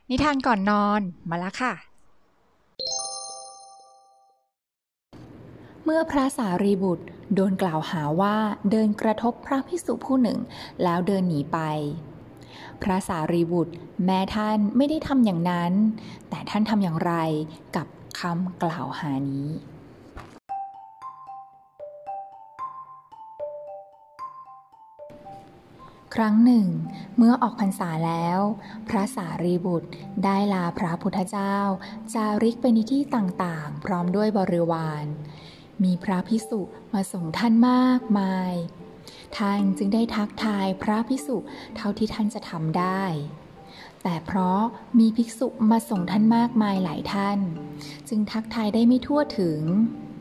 นิทานก่อนนอนมาแล้วค่ะเมื่อพระสารีบุตรโดนกล่าวหาว่าเดินกระทบพระภิกษุผู้หนึ่งแล้วเดินหนีไปพระสารีบุตรแม้ท่านไม่ได้ทำอย่างนั้นแต่ท่านทำอย่างไรกับคำกล่าวหานี้ครั้งหนึ่งเมื่อออกพรรษาแล้วพระสารีบุตรได้ลาพระพุทธเจ้าจาริกไปในที่ต่างๆพร้อมด้วยบริวารมีพระภิกษุมาส่งท่านมากมายท่านจึงได้ทักทายพระภิกษุเท่าที่ท่านจะทำได้แต่เพราะมีภิกษุมาส่งท่านมากมายหลายท่านจึงทักทายได้ไม่ทั่วถึง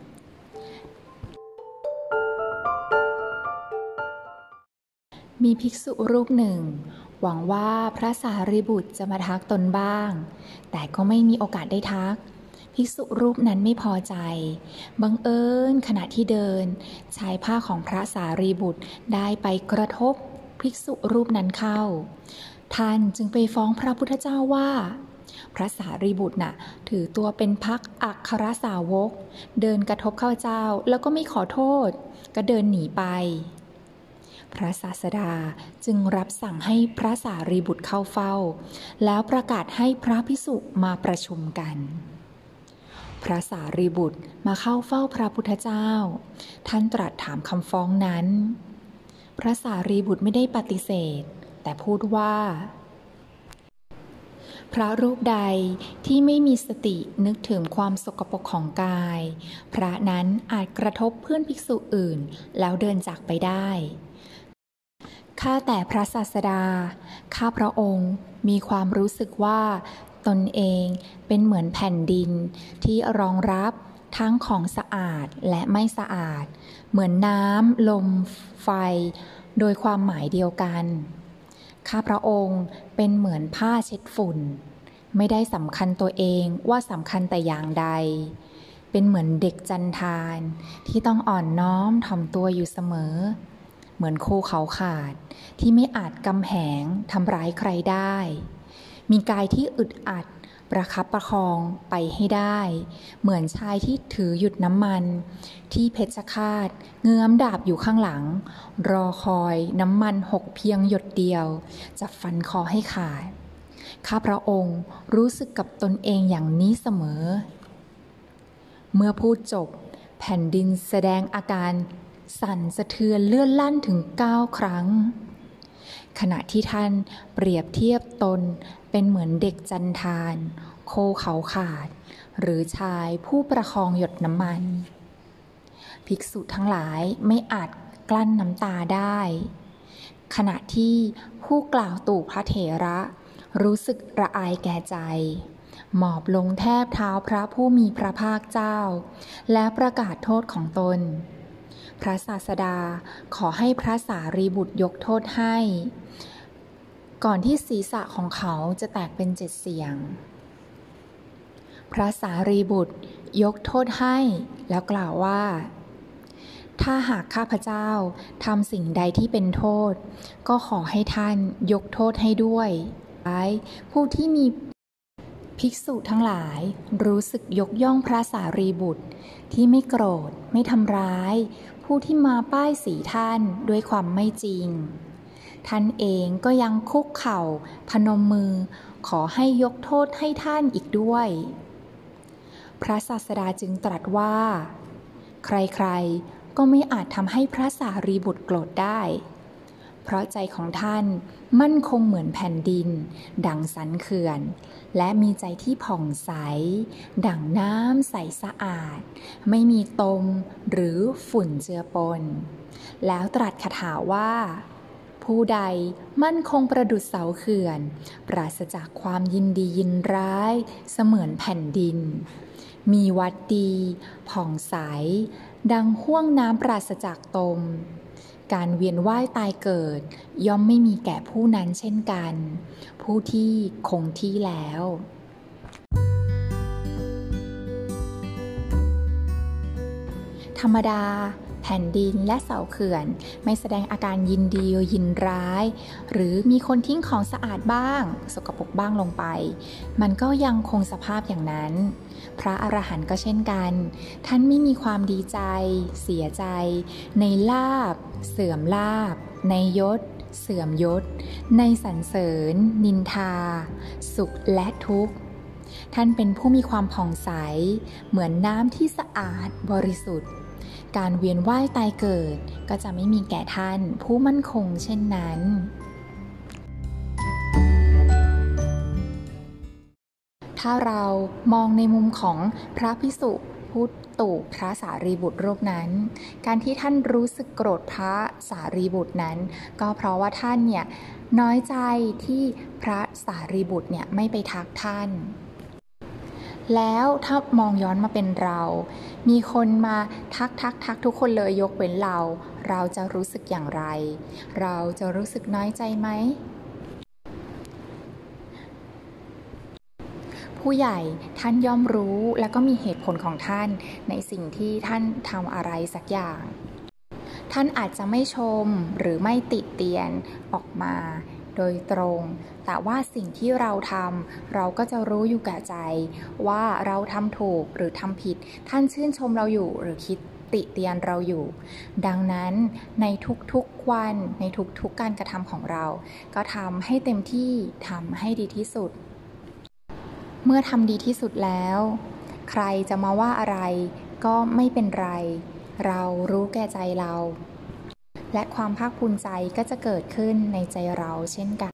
มีภิกษุรูปหนึ่งหวังว่าพระสารีบุตรจะมาทักตนบ้างแต่ก็ไม่มีโอกาสได้ทักภิกษุรูปนั้นไม่พอใจบังเอิญขณะที่เดินชายผ้าของพระสารีบุตรได้ไปกระทบภิกษุรูปนั้นเข้าท่านจึงไปฟ้องพระพุทธเจ้าว่าพระสารีบุตรน่ะถือตัวเป็นพรรคอัครสาวกเดินกระทบข้าพเจ้าแล้วก็ไม่ขอโทษก็เดินหนีไปพระศาสดาจึงรับสั่งให้พระสารีบุตรเข้าเฝ้าแล้วประกาศให้พระภิกษุมาประชุมกันพระสารีบุตรมาเข้าเฝ้าพระพุทธเจ้าท่านตรัสถามคำฟ้องนั้นพระสารีบุตรไม่ได้ปฏิเสธแต่พูดว่าพระรูปใดที่ไม่มีสตินึกถึงความสกปรกของกายพระนั้นอาจกระทบเพื่อนภิกษุอื่นแล้วเดินจากไปได้ข้าแต่พระศาสดาข้าพระองค์มีความรู้สึกว่าตนเองเป็นเหมือนแผ่นดินที่รองรับทั้งของสะอาดและไม่สะอาดเหมือนน้ำลมไฟโดยความหมายเดียวกันข้าพระองค์เป็นเหมือนผ้าเช็ดฝุ่นไม่ได้สำคัญตัวเองว่าสำคัญแต่อย่างใดเป็นเหมือนเด็กจันทานที่ต้องอ่อนน้อมถ่อมตัวอยู่เสมอเหมือนโคเขาขาดที่ไม่อาจกำแหงทำร้ายใครได้มีกายที่อึดอัดประคับประคองไปให้ได้เหมือนชายที่ถือหยุดน้ำมันที่เพชฌฆาตเงื้อมดาบอยู่ข้างหลังรอคอยน้ำมันหกเพียงหยดเดียวจะฟันคอให้ขาดข้าพระองค์รู้สึกกับตนเองอย่างนี้เสมอเมื่อพูดจบแผ่นดินแสดงอาการสั่นสะเทือนเลื่อนลั่นถึง9 ครั้งขณะที่ท่านเปรียบเทียบตนเป็นเหมือนเด็กจันทานโคเขาขาดหรือชายผู้ประคองหยดน้ำมันภิกษุทั้งหลายไม่อาจกลั้นน้ำตาได้ขณะที่ผู้กล่าวตู่พระเถระรู้สึกระอายแก่ใจหมอบลงแทบเท้าพระผู้มีพระภาคเจ้าและประกาศโทษของตนพระศาสดาขอให้พระสารีบุตรยกโทษให้ก่อนที่ศีรษะของเขาจะแตกเป็น7 เสียงพระสารีบุตรยกโทษให้แล้วกล่าวว่าถ้าหากข้าพเจ้าทำสิ่งใดที่เป็นโทษก็ขอให้ท่านยกโทษให้ด้วยผู้ที่มีภิกษุทั้งหลายรู้สึกยกย่องพระสารีบุตรที่ไม่โกรธไม่ทำร้ายผู้ที่มาป้ายสีท่านด้วยความไม่จริงท่านเองก็ยังคุกเข่าพนมมือขอให้ยกโทษให้ท่านอีกด้วยพระศาสดาจึงตรัสว่าใครๆก็ไม่อาจทำให้พระสารีบุตรโกรธได้เพราะใจของท่านมั่นคงเหมือนแผ่นดินดั่งสันเขื่อนและมีใจที่ผ่องใสดั่งน้ำใสสะอาดไม่มีตมหรือฝุ่นเจือปนแล้วตรัสคาถาว่าผู้ใดมั่นคงประดุจเสาเขื่อนปราศจากความยินดียินร้ายเสมือนแผ่นดินมีวัดดีผ่องใสดังห้วงน้ำปราศจากตมการเวียนว่ายตายเกิดย่อมไม่มีแก่ผู้นั้นเช่นกันผู้ที่คงที่แล้วธรรมดาแผ่ผ่นดินและเสาเขื่อนไม่แสดงอาการยินดียินร้ายหรือมีคนทิ้งของสะอาดบ้างสกปรกบ้างลงไปมันก็ยังคงสภาพอย่างนั้นพระอรหันต์ก็เช่นกันท่านไม่มีความดีใจเสียใจในลาภเสื่อมลาภในยศเสื่อมยศในสรรเสริญนินทาสุขและทุกข์ท่านเป็นผู้มีความผ่องใสเหมือนน้ำที่สะอาดบริสุทธิ์การเวียนว่ายตายเกิดก็จะไม่มีแก่ท่านผู้มั่นคงเช่นนั้นถ้าเรามองในมุมของพระภิกษุพุทธุพระสารีบุตรรูปนั้นการที่ท่านรู้สึกโกรธพระสารีบุตรนั้นก็เพราะว่าท่านเนี่ยน้อยใจที่พระสารีบุตรเนี่ยไม่ไปทักท่านแล้วถ้ามองย้อนมาเป็นเรามีคนมาทักทุกคนเลยยกเว้นเราจะรู้สึกอย่างไรเราจะรู้สึกน้อยใจไหมผู้ใหญ่ท่านย่อมรู้และก็มีเหตุผลของท่านในสิ่งที่ท่านทำอะไรสักอย่างท่านอาจจะไม่ชมหรือไม่ติเตียนออกมาโดยตรงแต่ว่าสิ่งที่เราทำเราก็จะรู้อยู่แก่ใจว่าเราทำถูกหรือทำผิดท่านชื่นชมเราอยู่หรือคิดติเตียนเราอยู่ดังนั้นในทุกๆวันในทุกๆการกระทำของเราก็ทำให้เต็มที่ทำให้ดีที่สุดเมื่อทำดีที่สุดแล้วใครจะมาว่าอะไรก็ไม่เป็นไรเรารู้แก่ใจเราและความภาคภูมิใจก็จะเกิดขึ้นในใจเราเช่นกัน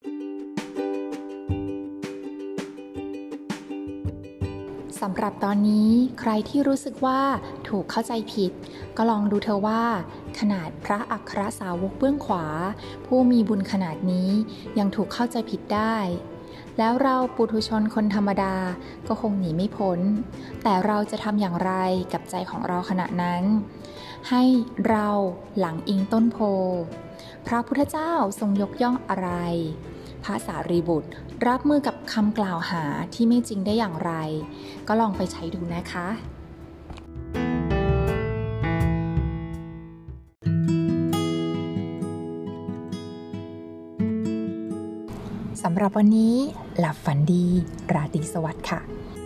สำหรับตอนนี้ใครที่รู้สึกว่าถูกเข้าใจผิดก็ลองดูเธอว่าขนาดพระอัครสาวกเบื้องขวาผู้มีบุญขนาดนี้ยังถูกเข้าใจผิดได้แล้วเราปุถุชนคนธรรมดาก็คงหนีไม่พ้นแต่เราจะทำอย่างไรกับใจของเราขณะนั้นให้เราหลังอิงต้นโพพระพุทธเจ้าทรงยกย่องอะไรพระสารีบุตรรับมือกับคำกล่าวหาที่ไม่จริงได้อย่างไรก็ลองไปใช้ดูนะคะสำหรับวันนี้หลับฝันดีราตรีสวัสดิ์ค่ะ